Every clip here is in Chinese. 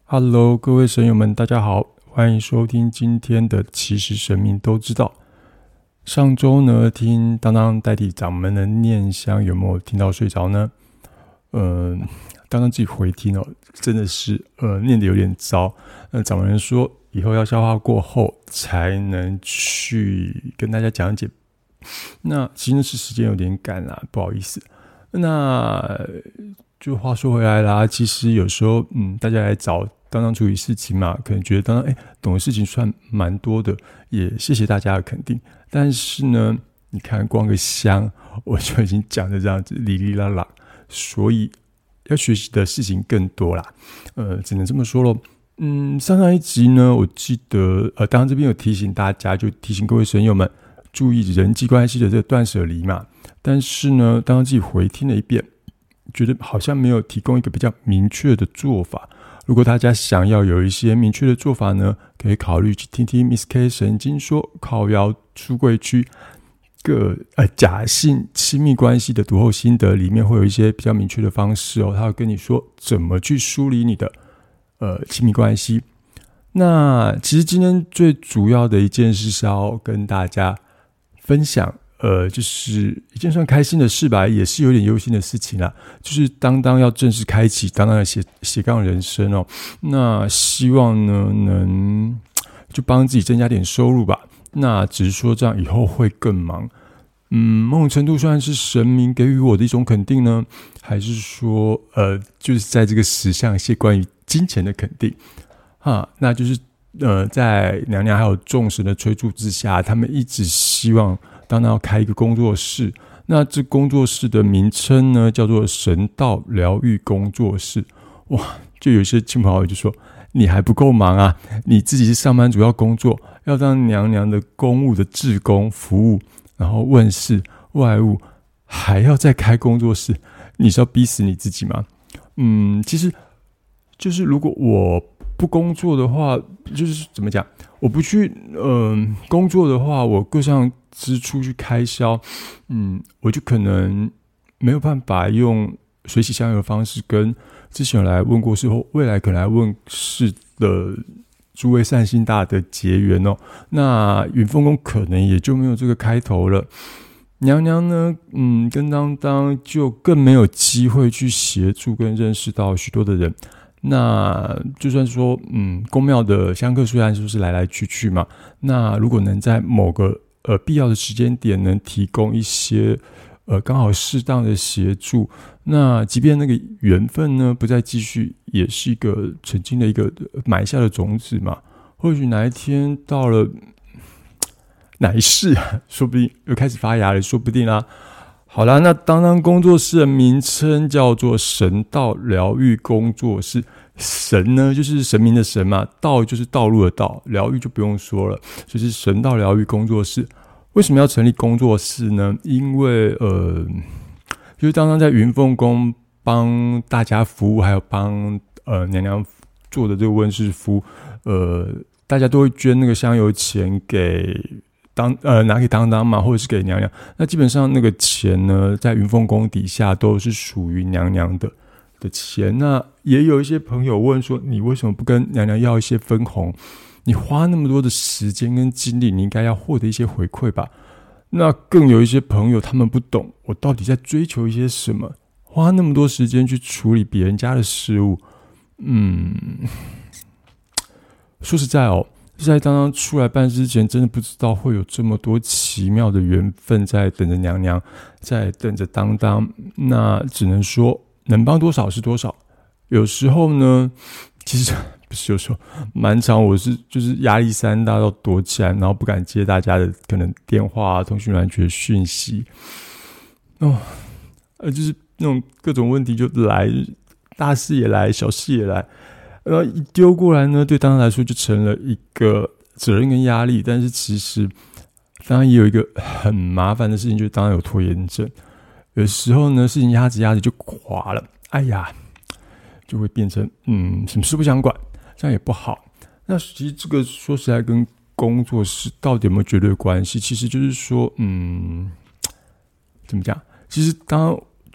Hello，各位神友们，大家好，欢迎收听今天的其实神明都知道。上周呢，听当当代替掌门的念香，有没有听到睡着呢？当当自己回听真的是念得有点糟。掌门人说以后要消化过后才能去跟大家讲解。那其实是时间有点赶啦，不好意思。那就话说回来啦，其实有时候大家来找当当处理事情嘛，可能觉得当当懂的事情算蛮多的，也谢谢大家的肯定。但是呢，你看光个香我就已经讲的这样子哩哩啦啦，所以要学习的事情更多啦。只能这么说咯。上一集呢，我记得当然这边有提醒大家，就提醒各位神友们注意人际关系的这个断舍离嘛。但是呢，当然自己回听了一遍，觉得好像没有提供一个比较明确的做法。如果大家想要有一些明确的做法呢，可以考虑去听听 Miss K 神经说靠腰出柜区假性亲密关系的读后心得，里面会有一些比较明确的方式他会跟你说怎么去梳理你的亲密关系。那其实今天最主要的一件事是要跟大家分享就是一件算开心的事吧，也是有点忧心的事情啦。就是当当要正式开启当当的斜杠人生那希望呢能就帮自己增加点收入吧。那只是说这样以后会更忙。某种程度算是神明给予我的一种肯定呢，还是说就是在这个时下一些关于金钱的肯定那就是在娘娘还有众神的催促之下，他们一直希望当当要开一个工作室。那这工作室的名称呢叫做神道疗愈工作室。哇，就有些亲朋好友就说你还不够忙啊，你自己是上班族要工作，要当娘娘的公务的志工服务，然后问事外务，还要再开工作室，你是要逼死你自己吗？其实就是如果我不工作的话，就是怎么讲，我不去工作的话，我各项支出去开销，我就可能没有办法用水洗香油的方式跟之前有来问过事后未来可能来问事的诸位善心大的结缘那云凤宫可能也就没有这个开头了。娘娘呢跟当当就更没有机会去协助跟认识到许多的人。那就算说宫庙的香客虽然就是来来去去嘛，那如果能在某个必要的时间点能提供一些刚好适当的协助，那即便那个缘分呢不再继续，也是一个曾经的一个埋下的种子嘛。或许哪一天到了哪一世说不定又开始发芽了，说不定啦。好啦，那当当工作室的名称叫做神道疗愈工作室。神呢就是神明的神嘛，道就是道路的道，疗愈就不用说了，就是神道疗愈工作室。为什么要成立工作室呢？因为就是当当在云凤宫帮大家服务，还有帮娘娘做的这个问事服务，大家都会捐那个香油钱给拿给当当嘛，或者是给娘娘。那基本上那个钱呢，在云凤宫底下都是属于娘娘的钱。那也有一些朋友问说，你为什么不跟娘娘要一些分红？你花那么多的时间跟精力，你应该要获得一些回馈吧。那更有一些朋友他们不懂我到底在追求一些什么，花那么多时间去处理别人家的事物。说实在在当当出来办事之前，真的不知道会有这么多奇妙的缘分在等着娘娘，在等着当当。那只能说能帮多少是多少。有时候呢，其实不是有时候，蛮常我就是压力山大到躲起来，然后不敢接大家的可能电话通讯软体的讯息。就是那种各种问题就来，大事也来，小事也来。一丢过来呢，对当当来说就成了一个责任跟压力。但是其实当然也有一个很麻烦的事情，就是当然有拖延症。有时候呢，事情压着就垮了，就会变成什么事不想管，这样也不好。那其实这个说实在跟工作室到底有没有绝对关系？其实就是说怎么讲？其实当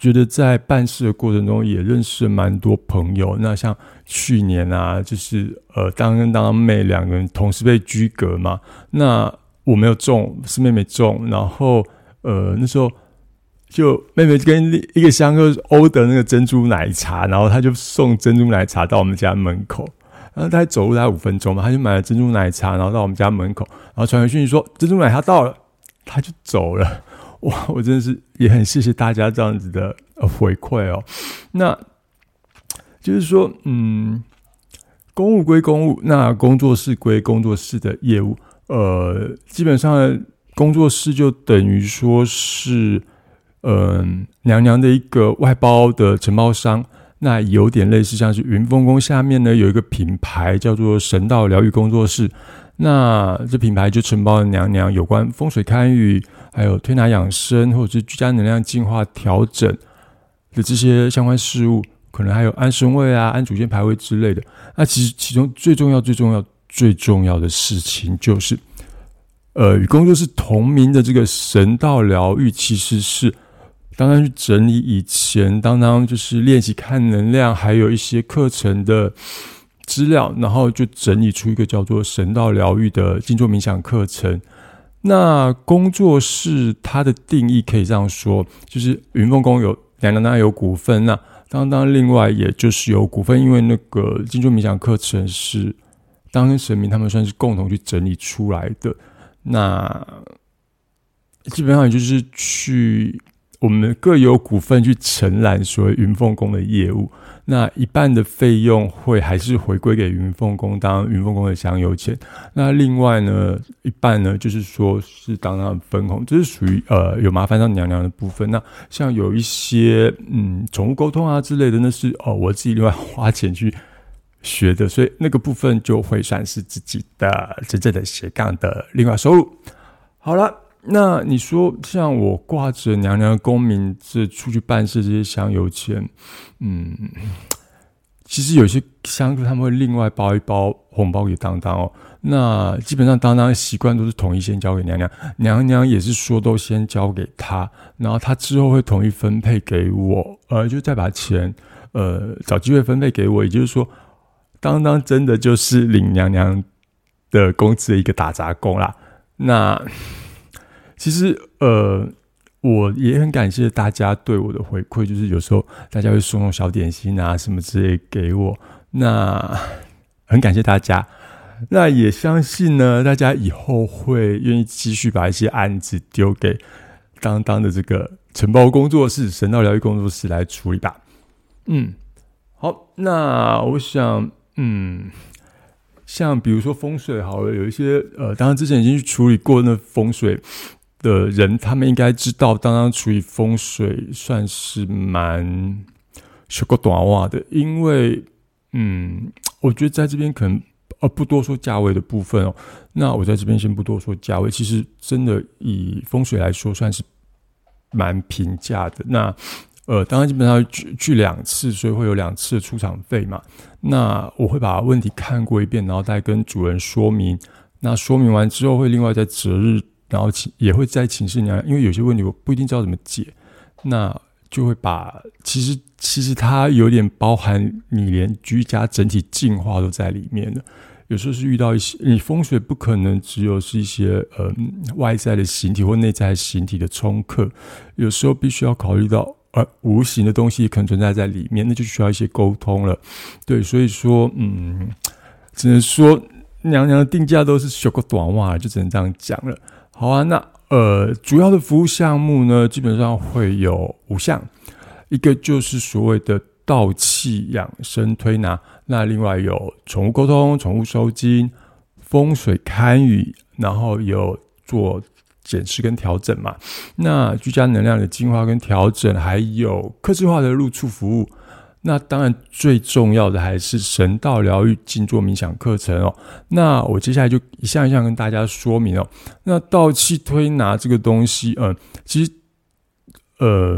觉得在办事的过程中也认识了蛮多朋友。那像去年啊，就是当跟当妹两个人同时被居隔嘛，那我没有中，是妹妹中，然后那时候就妹妹跟一个香客欧的那个珍珠奶茶，然后她就送珍珠奶茶到我们家门口，然后大概走路大概5分钟嘛，她就买了珍珠奶茶，然后到我们家门口，然后传回讯息说珍珠奶茶到了，她就走了。哇，我真的是也很谢谢大家这样子的回馈哦。那就是说，公务归公务，那工作室归工作室的业务，基本上工作室就等于说是。娘娘的一个外包的承包商，那有点类似像是云峰宫下面呢有一个品牌叫做神道疗愈工作室，那这品牌就承包了娘娘有关风水堪舆，还有推拿养生或者是居家能量净化调整的这些相关事务，可能还有安神位啊、安主线牌位之类的。那其中最重要的事情就是与工作室同名的这个神道疗愈，其实是当当去整理以前当就是练习看能量还有一些课程的资料，然后就整理出一个叫做神道疗愈的静坐冥想课程。那工作室它的定义可以这样说，就是云凤宫有娘娘当然有股份，那当另外也就是有股份，因为那个静坐冥想课程是当跟神明他们算是共同去整理出来的，那基本上也就是去我们各有股份去承揽所谓云凤宫的业务，那一半的费用会还是回归给云凤宫当云凤宫的香油钱，那另外呢一半呢就是说是当分红，这是属于有麻烦到娘娘的部分。那像有一些宠物沟通啊之类的，那是我自己另外花钱去学的，所以那个部分就会算是自己的真正的斜杠的另外收入。好了，那你说像我挂着娘娘的功名这出去办事这些香油钱，其实有些香客他们会另外包一包红包给当哦。那基本上当习惯都是统一先交给娘娘，娘娘也是说都先交给他，然后他之后会统一分配给我，就再把钱找机会分配给我，也就是说当真的就是领娘娘的工资的一个打杂工啦。那其实我也很感谢大家对我的回馈，就是有时候大家会送小点心啊什么之类给我，那很感谢大家。那也相信呢，大家以后会愿意继续把一些案子丢给当的这个承包工作室、神道疗愈工作室来处理吧。好，那我想，像比如说风水好了，有一些当然之前已经去处理过那风水的人，他们应该知道，当处理风水算是蛮小个短话的，因为我觉得在这边可能不多说价位的部分哦。那我在这边先不多说价位，其实真的以风水来说算是蛮平价的。那当然基本上去2次，所以会有2次的出场费嘛。那我会把问题看过一遍，然后再跟主人说明。那说明完之后，会另外在择日，然后也会再请示娘娘，因为有些问题我不一定知道怎么解，那就会把其实它有点包含你连居家整体净化都在里面的。有时候是遇到一些你风水不可能只有是一些外在的形体或内在的形体的冲克，有时候必须要考虑到无形的东西可能存在里面，那就需要一些沟通了。对，所以说只能说娘娘的定价都是小个短话，就只能这样讲了。好啊，那主要的服务项目呢，基本上会有5项，一个就是所谓的道气养生推拿，那另外有宠物沟通、宠物收金、风水堪舆，然后有做检视跟调整嘛，那居家能量的净化跟调整，还有客制化的入处服务。那当然最重要的还是神道疗愈静坐冥想课程哦。那我接下来就一项一项跟大家说明哦。那道气推拿这个东西，其实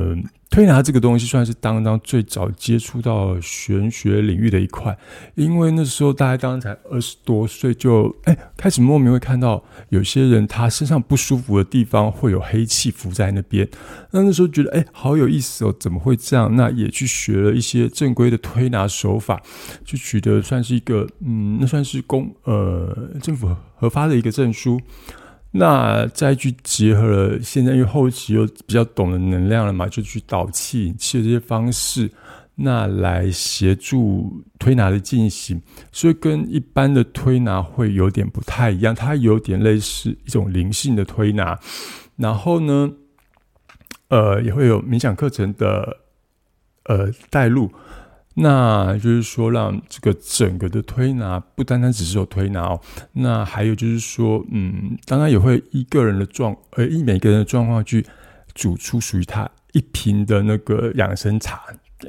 推拿这个东西算是当当最早接触到玄学领域的一块，因为那时候大概当才20多岁就开始莫名会看到有些人他身上不舒服的地方会有黑气浮在那边，那时候觉得好有意思哦，怎么会这样？那也去学了一些正规的推拿手法，就取得算是一个那算是政府核发的一个证书。那再去结合了现在因为后期又比较懂得能量了嘛，就去导气引气的这些方式，那来协助推拿的进行，所以跟一般的推拿会有点不太一样，它有点类似一种灵性的推拿。然后呢也会有冥想课程的带入，那就是说让这个整个的推拿不单单只是有推拿哦，那还有就是说当然也会依个人的每个人的状况去煮出属于他一瓶的那个养生茶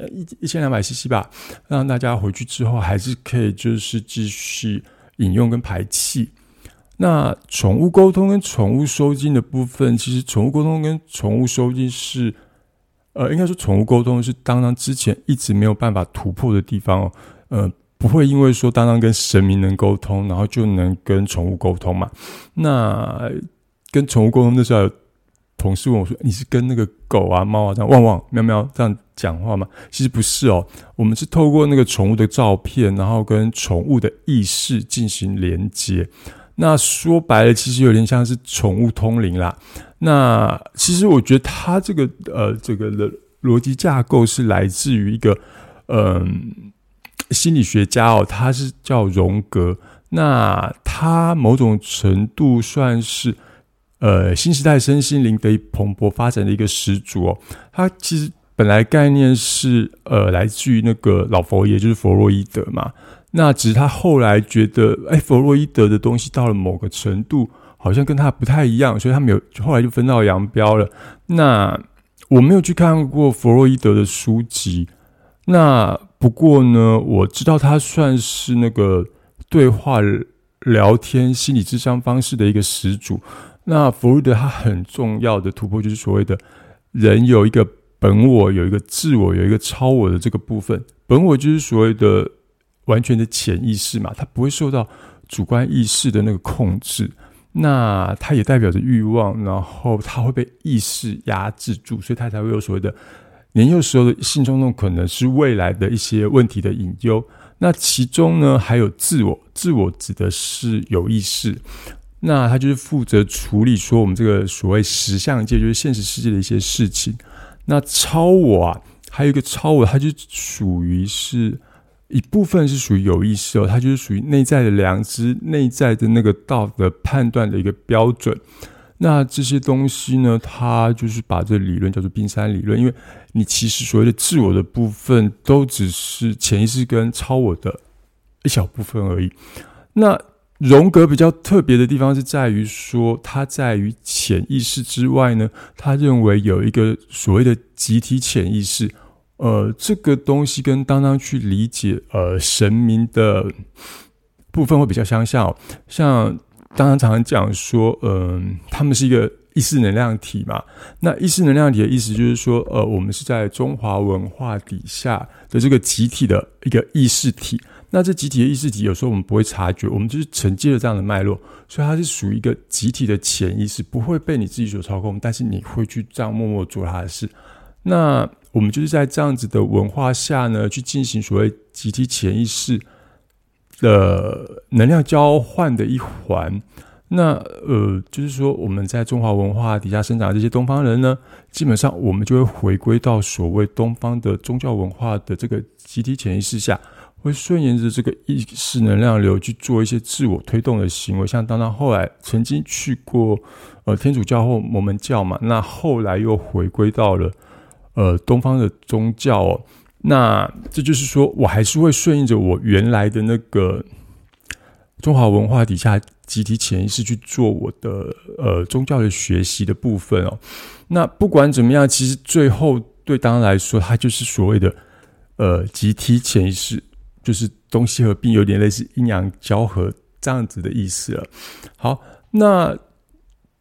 ，1200cc 吧，让大家回去之后还是可以就是继续饮用跟排气。那宠物沟通跟宠物收精的部分，其实宠物沟通跟宠物收精是应该说宠物沟通是当当之前一直没有办法突破的地方哦。不会因为说当当跟神明能沟通，然后就能跟宠物沟通嘛。那跟宠物沟通的时候，有同事问我说：“你是跟那个狗啊、猫啊这样汪汪、喵喵这样讲话吗？”其实不是哦，我们是透过那个宠物的照片，然后跟宠物的意识进行连接。那说白了，其实有点像是宠物通灵啦。那其实我觉得它这个的逻辑架构是来自于一个心理学家哦，他是叫荣格。那他某种程度算是新时代身心灵的蓬勃发展的一个始祖哦。他其实本来概念是来自于那个老佛爷，就是弗洛伊德嘛。那只是他后来觉得弗洛伊德的东西到了某个程度好像跟他不太一样，所以他们后来就分道扬镳了。那我没有去看过弗洛伊德的书籍，那不过呢我知道他算是那个对话聊天心理咨商方式的一个始祖。那弗洛伊德他很重要的突破就是所谓的人有一个本我，有一个自我，有一个超我的这个部分。本我就是所谓的完全的潜意识嘛，它不会受到主观意识的那个控制，那它也代表着欲望，然后它会被意识压制住，所以它才会有所谓的年幼时候的性冲动，可能是未来的一些问题的隐忧。那其中呢还有自我，自我指的是有意识，那它就是负责处理说我们这个所谓实相界，就是现实世界的一些事情。那超我啊，还有一个超我，它就属于是一部分是属于有意识哦，它就是属于内在的良知，内在的那个道德判断的一个标准。那这些东西呢，它就是把这理论叫做冰山理论，因为你其实所谓的自我的部分都只是潜意识跟超我的一小部分而已。那荣格比较特别的地方是在于说，他在于潜意识之外呢，他认为有一个所谓的集体潜意识。这个东西跟当当去理解神明的部分会比较相像哦。像当当常常讲说他们是一个意识能量体嘛。那意识能量体的意思就是说我们是在中华文化底下的这个集体的一个意识体。那这集体的意识体有时候我们不会察觉，我们就是承接了这样的脉络，所以它是属于一个集体的潜意识，不会被你自己所操控，但是你会去这样默默做它的事。那我们就是在这样子的文化下呢，去进行所谓集体潜意识的能量交换的一环。那就是说我们在中华文化底下生长的这些东方人呢，基本上我们就会回归到所谓东方的宗教文化的这个集体潜意识下，会顺沿着这个意识能量流去做一些自我推动的行为。像当当后来曾经去过天主教或摩门教嘛，那后来又回归到了东方的宗教哦。那这就是说我还是会顺应着我原来的那个中华文化底下集体潜意识去做我的宗教的学习的部分哦。那不管怎么样，其实最后对当然来说，它就是所谓的集体潜意识，就是东西合并，有点类似阴阳交合这样子的意思了。好，那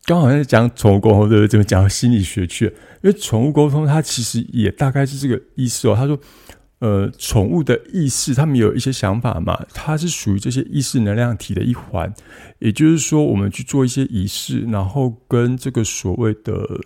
刚好在讲宠物沟通，对不对？怎么讲到心理学去了？因为宠物沟通它其实也大概是这个意思哦。他说，宠物的意识，他们有一些想法嘛，它是属于这些意识能量体的一环。也就是说，我们去做一些仪式，然后跟这个所谓的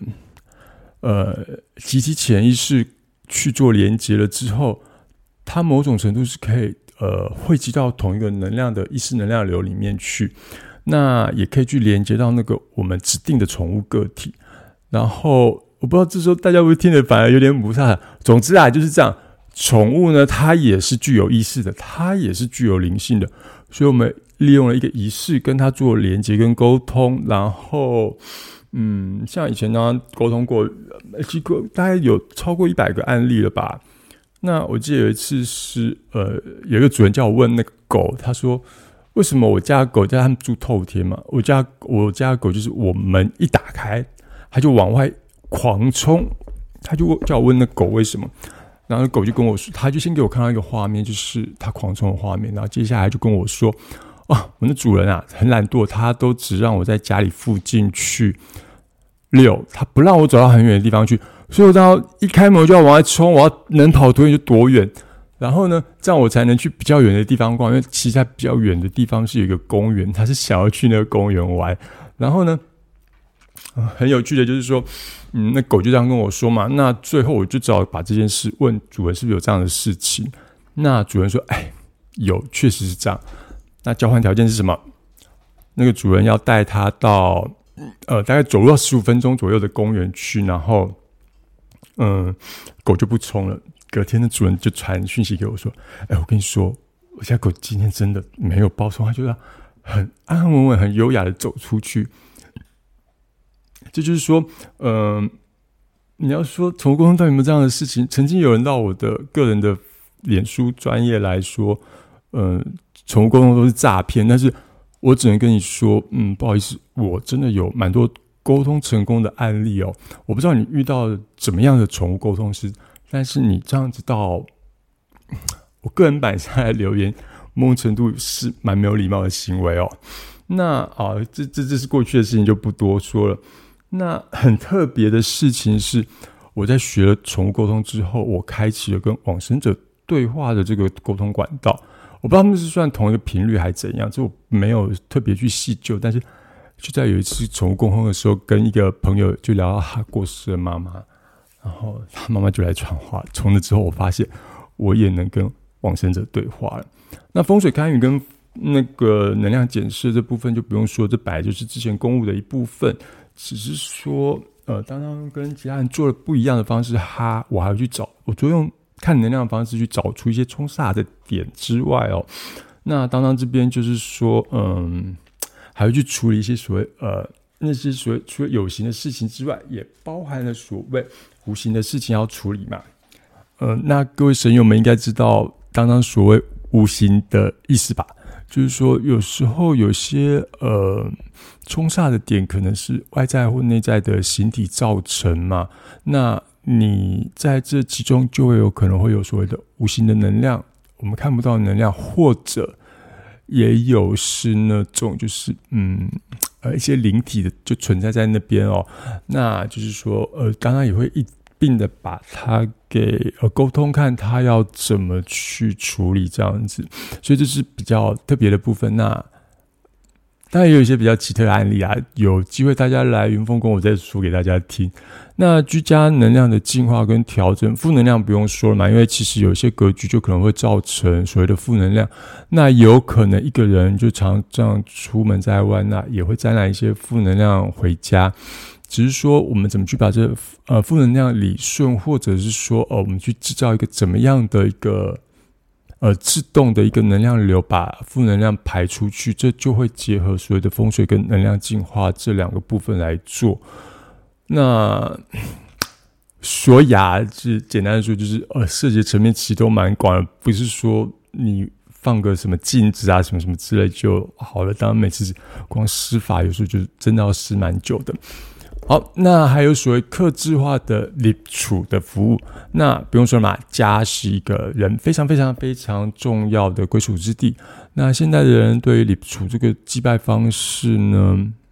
集体潜意识去做连接了之后，它某种程度是可以汇集到同一个能量的意识能量流里面去。那也可以去连接到那个我们指定的宠物个体，然后我不知道这时候大家会不会听得反而有点不飒。总之啊，就是这样，宠物呢它也是具有意识的，它也是具有灵性的，所以我们利用了一个仪式跟它做连接跟沟通，然后像以前呢沟通过，大概有超过100个案例了吧。那我记得有一次是有一个主人叫我问那个狗，他说，为什么我家的狗叫他们住透天嘛？我家的狗就是我门一打开，它就往外狂冲，他就叫我问那狗为什么，然后狗就跟我说，他就先给我看到一个画面，就是他狂冲的画面，然后接下来就跟我说，我的主人啊很懒惰，他都只让我在家里附近去遛，他不让我走到很远的地方去，所以我到一开门我就要往外冲，我要能跑多远就多远。然后呢，这样我才能去比较远的地方逛，因为其实在比较远的地方是有一个公园，他是想要去那个公园玩。然后呢，很有趣的就是说，那狗就这样跟我说嘛。那最后我就只好把这件事问主人是不是有这样的事情。那主人说，有，确实是这样。那交换条件是什么？那个主人要带他到大概走路到15分钟左右的公园去，然后狗就不冲了。隔天的主人就传讯息给我说，我跟你说，我家狗今天真的没有暴冲，它就要很安安稳稳很优雅的走出去。这就是说你要说宠物沟通到底有没有这样的事情，曾经有人到我的个人的脸书专业来说宠物沟通都是诈骗，但是我只能跟你说不好意思，我真的有蛮多沟通成功的案例哦。我不知道你遇到怎么样的宠物沟通师，但是你这样子到我个人版下来留言，某种程度是蛮没有礼貌的行为哦。那这是过去的事情，就不多说了。那很特别的事情是，我在学了宠物沟通之后，我开启了跟往生者对话的这个沟通管道。我不知道他们是算同一个频率还是怎样，这我没有特别去细究。但是就在有一次宠物沟通的时候，跟一个朋友就聊到他过世的妈妈，然后他妈妈就来传话。从那之后，我发现我也能跟往生者对话了。那风水堪舆跟那个能量检视这部分就不用说，这本来就是之前公务的一部分。只是说，当他跟其他人做了不一样的方式，我还要去找，我就用看能量的方式去找出一些冲煞的点之外哦。那当这边就是说，还会去处理一些所谓那些所谓除了有形的事情之外，也包含了所谓无形的事情要处理嘛。那各位神友们应该知道，当所谓无形的意思吧？就是说，有时候有些冲煞的点可能是外在或内在的形体造成嘛。那你在这其中就会有可能会有所谓的无形的能量，我们看不到的能量，或者也有是那种就是一些灵体的就存在在那边哦。那就是说刚刚也会一并的把它给沟通，看他要怎么去处理这样子，所以这是比较特别的部分。那当然也有一些比较奇特的案例啊，有机会大家来云峰宫我再说给大家听。那居家能量的净化跟调整，负能量不用说了嘛，因为其实有些格局就可能会造成所谓的负能量。那有可能一个人就常这样出门在外，那也会沾染一些负能量回家。只是说我们怎么去把这负能量理顺，或者是说我们去制造一个怎么样的一个自动的一个能量流，把负能量排出去，这就会结合所谓的风水跟能量净化这两个部分来做。那所以是简单的说，就是涉及的层面其实都蛮广的，不是说你放个什么镜子啊什么什么之类就好了。当然每次光施法有时候就真的要施蛮久的。好，那还有所谓客制化的立储的服务，那不用说了嘛，家是一个人非常非常非常重要的归属之地。那现在的人对于立储这个祭拜方式呢，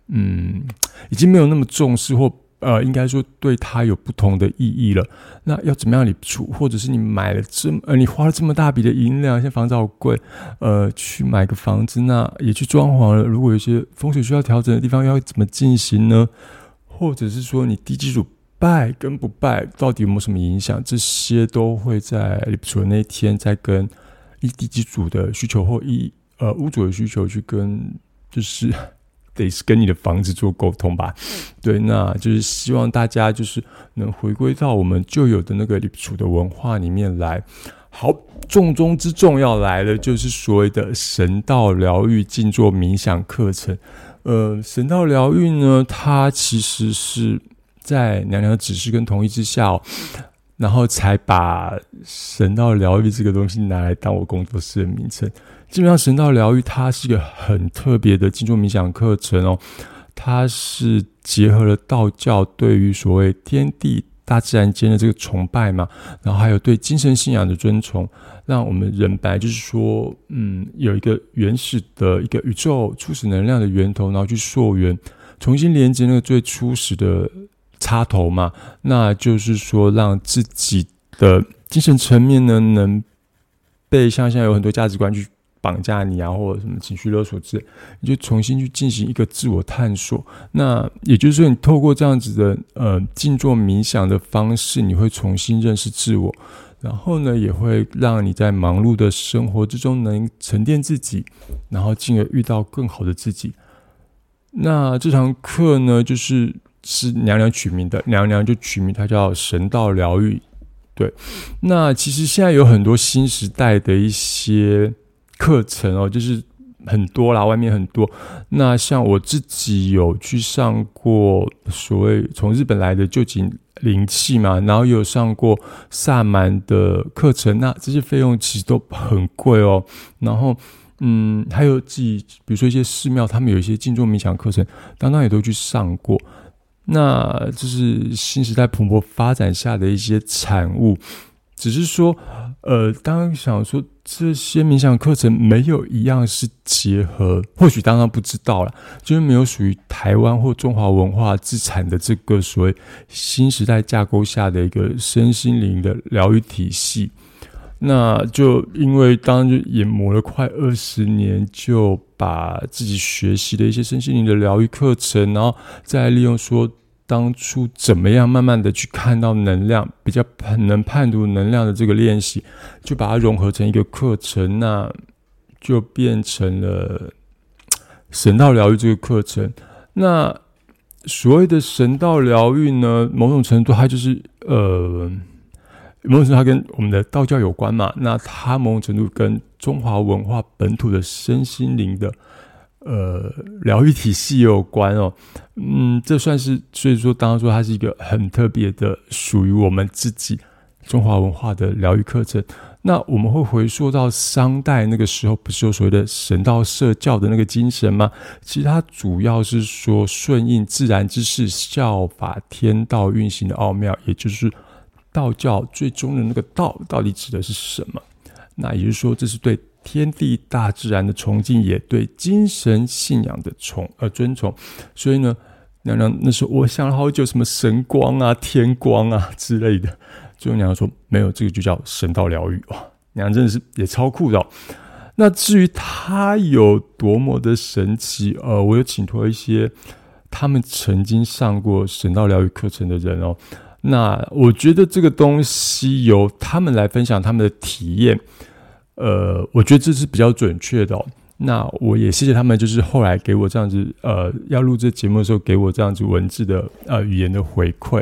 已经没有那么重视，或应该说对它有不同的意义了。那要怎么样理处，或者是你买了你花了这么大笔的银两，现在房子好贵，去买个房子，那也去装潢了，如果有些风水需要调整的地方，要怎么进行呢？或者是说你地基主拜跟不拜到底有没有什么影响？这些都会在理处的那一天再跟地基主的需求或屋主的需求去跟，就是得是跟你的房子做沟通吧。对，那就是希望大家就是能回归到我们旧有的那个理处的文化里面来。好，重中之重要来了，就是所谓的神道疗愈静坐冥想课程。神道疗愈呢，它其实是在娘娘的指示跟同意之下然后才把神道疗愈这个东西拿来当我工作室的名称。基本上神道疗愈它是一个很特别的静坐冥想课程它是结合了道教对于所谓天地大自然间的这个崇拜嘛，然后还有对精神信仰的尊崇，让我们人本来就是说有一个原始的一个宇宙初始能量的源头，然后去溯源，重新连接那个最初始的插头嘛，那就是说让自己的精神层面呢，能被像现在有很多价值观去绑架你啊，或者什么情绪勒索之类，你就重新去进行一个自我探索。那也就是说，你透过这样子的静坐冥想的方式，你会重新认识自我，然后呢，也会让你在忙碌的生活之中能沉淀自己，然后进而遇到更好的自己。那这堂课呢，是娘娘取名的，娘娘就取名它叫神道疗愈。对，那其实现在有很多新时代的一些课程就是很多啦，外面很多。那像我自己有去上过所谓从日本来的旧井灵气嘛，然后也有上过萨满的课程，那这些费用其实都很贵然后还有自己比如说一些寺庙，他们有一些静坐冥想课程，当然也都去上过。那这是新时代蓬勃发展下的一些产物，只是说当然想说这些冥想课程没有一样是结合，或许当然不知道啦，就是没有属于台湾或中华文化自产的这个所谓新时代架构下的一个身心灵的疗愈体系。那就因为当然就也磨了快20年，就把自己学习的一些身心灵的疗愈课程，然后再利用说当初怎么样慢慢的去看到能量，比较能判读能量的这个练习，就把它融合成一个课程，那就变成了神道疗愈这个课程。那所谓的神道疗愈呢，某种程度它就是某种程度它跟我们的道教有关嘛，那它某种程度跟中华文化本土的身心灵的疗愈体系有关这算是，所以说当然说它是一个很特别的属于我们自己中华文化的疗愈课程。那我们会回溯到商代那个时候，不是有所谓的神道社教的那个精神吗？其实它主要是说顺应自然之势，效法天道运行的奥妙，也就是道教最终的那个道到底指的是什么。那也就是说，这是对天地大自然的崇敬，也对精神信仰的尊崇。所以呢，娘娘那时候我想了好久，什么神光啊、天光啊之类的，最后娘娘说没有，这个就叫神道疗愈。娘娘真的是也超酷的那至于它有多么的神奇，我有请托一些他们曾经上过神道疗愈课程的人那我觉得这个东西由他们来分享他们的体验，我觉得这是比较准确的那我也谢谢他们，就是后来给我这样子要录这节目的时候给我这样子文字的语言的回馈。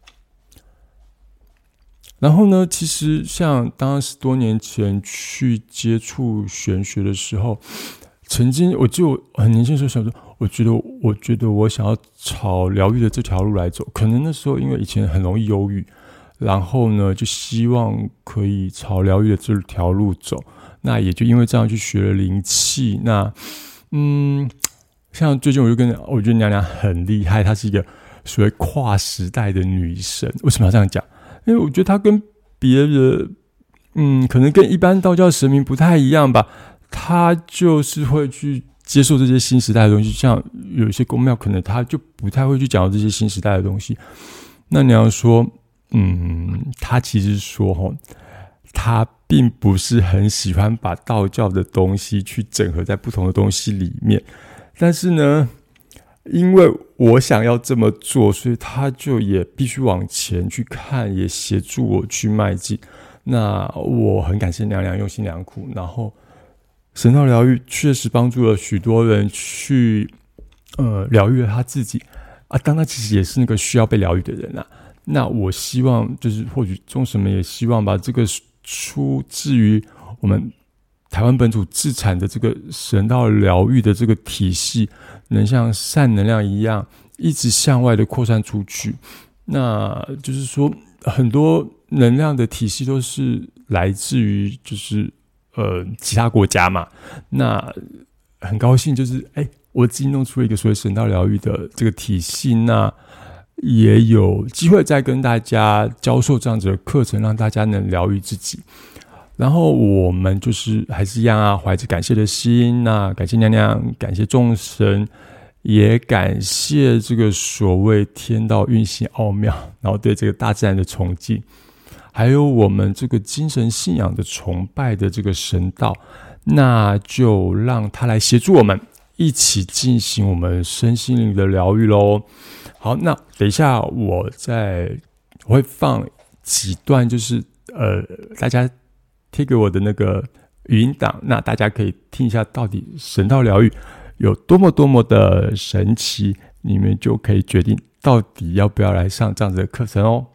然后呢，其实像当10多年前去接触玄学的时候，曾经我就很年轻的时候想说，我觉得我想要朝疗愈的这条路来走。可能那时候因为以前很容易忧郁，然后呢就希望可以朝疗愈的这条路走。那也就因为这样去学了灵气。那像最近我觉得娘娘很厉害，她是一个所谓跨时代的女神。为什么要这样讲？因为我觉得她跟别人可能跟一般道教神明不太一样吧。她就是会去接受这些新时代的东西，像有一些宫庙可能他就不太会去讲到这些新时代的东西。那你要说，他其实说他并不是很喜欢把道教的东西去整合在不同的东西里面，但是呢，因为我想要这么做，所以他就也必须往前去看，也协助我去迈进。那我很感谢娘娘用心良苦，然后神道疗愈确实帮助了许多人去疗愈了他自己啊，当他其实也是那个需要被疗愈的人啊。那我希望就是或许众神们也希望把这个出自于我们台湾本土自产的这个神道疗愈的这个体系，能像善能量一样一直向外的扩散出去。那就是说很多能量的体系都是来自于就是其他国家嘛。那很高兴就是我自己弄出了一个所谓神道疗愈的这个体系，那也有机会再跟大家教授这样子的课程，让大家能疗愈自己。然后我们就是还是一样啊，怀着感谢的心，那感谢娘娘，感谢众神，也感谢这个所谓天道运行奥妙，然后对这个大自然的崇敬，还有我们这个精神信仰的崇拜的这个神道，那就让他来协助我们一起进行我们身心灵的疗愈咯。好，那等一下我会放几段，就是大家贴给我的那个语音档，那大家可以听一下到底神道疗愈有多么的神奇，你们就可以决定到底要不要来上这样子的课程哦。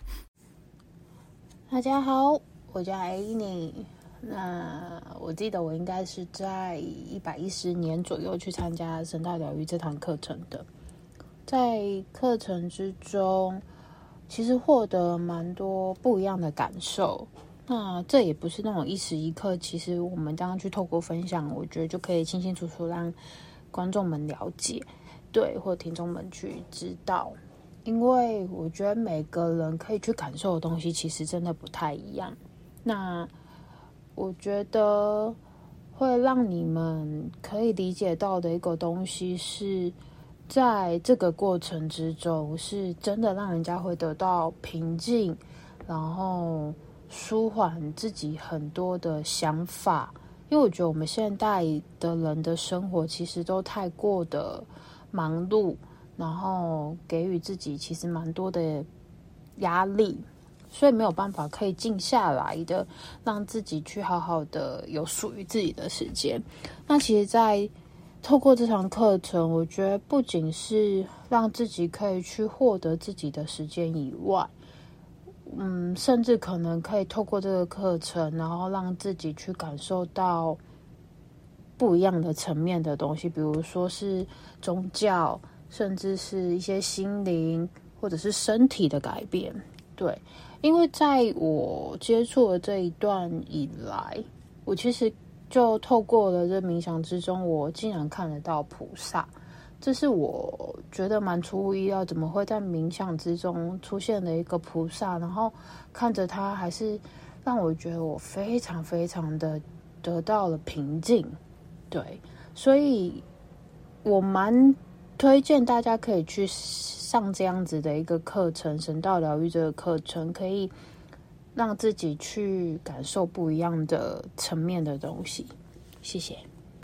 大家好，我叫 Annie。那我记得我应该是在110年左右去参加神道疗愈这堂课程的。在课程之中，其实获得蛮多不一样的感受。那这也不是那种一时一刻，其实我们这样去透过分享，我觉得就可以清清楚楚让观众们了解，对，或听众们去知道。因为我觉得每个人可以去感受的东西其实真的不太一样。那我觉得会让你们可以理解到的一个东西是，在这个过程之中是真的让人家会得到平静，然后舒缓自己很多的想法。因为我觉得我们现代的人的生活其实都太过的忙碌，然后给予自己其实蛮多的压力，所以没有办法可以静下来的让自己去好好的有属于自己的时间。那其实在透过这堂课程，我觉得不仅是让自己可以去获得自己的时间以外，甚至可能可以透过这个课程，然后让自己去感受到不一样的层面的东西，比如说是宗教，甚至是一些心灵或者是身体的改变。对，因为在我接触的这一段以来，我其实就透过了这冥想之中，我竟然看得到菩萨。这是我觉得蛮出乎意料，怎么会在冥想之中出现了一个菩萨，然后看着他还是让我觉得我非常非常的得到了平静。对，所以我蛮推荐大家可以去上这样子的一个课程，神道疗愈这个课程，可以让自己去感受不一样的层面的东西。谢谢。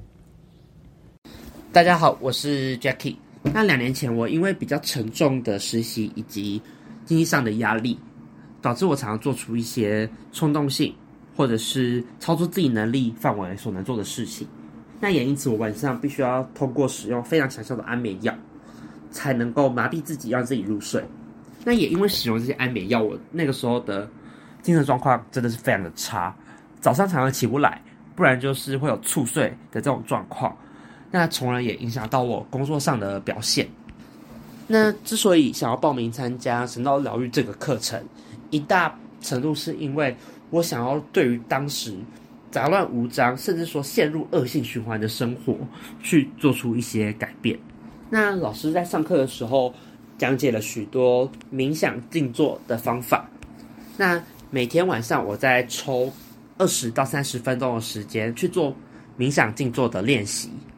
大家好，我是 Jackie。那2年前，我因为比较沉重的实习以及经济上的压力，导致我常常做出一些冲动性或者是超出自己能力范围所能做的事情。那也因此，我晚上必须要通过使用非常强效的安眠药，才能够麻痹自己，让自己入睡。那也因为使用这些安眠药，我那个时候的精神状况真的是非常的差，早上常常起不来，不然就是会有猝睡的这种状况。那从而也影响到我工作上的表现。那之所以想要报名参加神道疗愈这个课程，一大程度是因为我想要对于当时杂乱无章，甚至说陷入恶性循环的生活，去做出一些改变。那老师在上课的时候讲解了许多冥想静坐的方法。那每天晚上我在抽20到30分钟的时间去做冥想静坐的练习。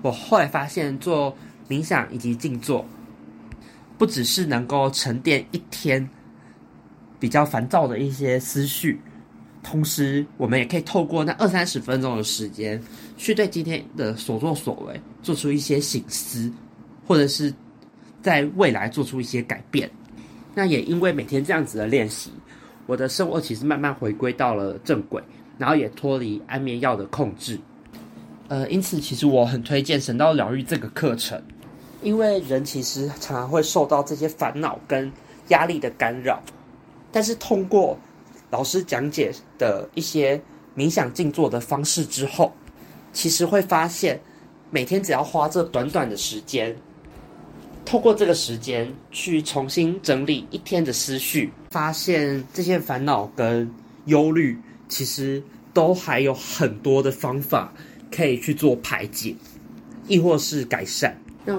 我后来发现做冥想以及静坐，不只是能够沉淀一天比较烦躁的一些思绪，同时我们也可以透过那20-30分钟的时间，去对今天的所作所为做出一些省思，或者是在未来做出一些改变。那也因为每天这样子的练习，我的生活其实慢慢回归到了正轨，然后也脱离安眠药的控制。因此其实我很推荐神道疗愈这个课程，因为人其实常常会受到这些烦恼跟压力的干扰，但是通过老师讲解的一些冥想静坐的方式之后，其实会发现每天只要花这短短的时间，透过这个时间去重新整理一天的思绪，发现这些烦恼跟忧虑其实都还有很多的方法可以去做排解，亦或是改善。那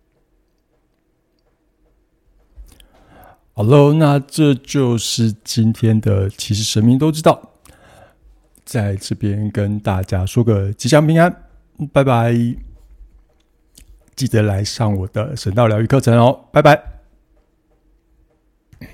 好喽，那这就是今天的其实神明都知道，在这边跟大家说个吉祥平安，拜拜！记得来上我的神道疗愈课程哦，拜拜。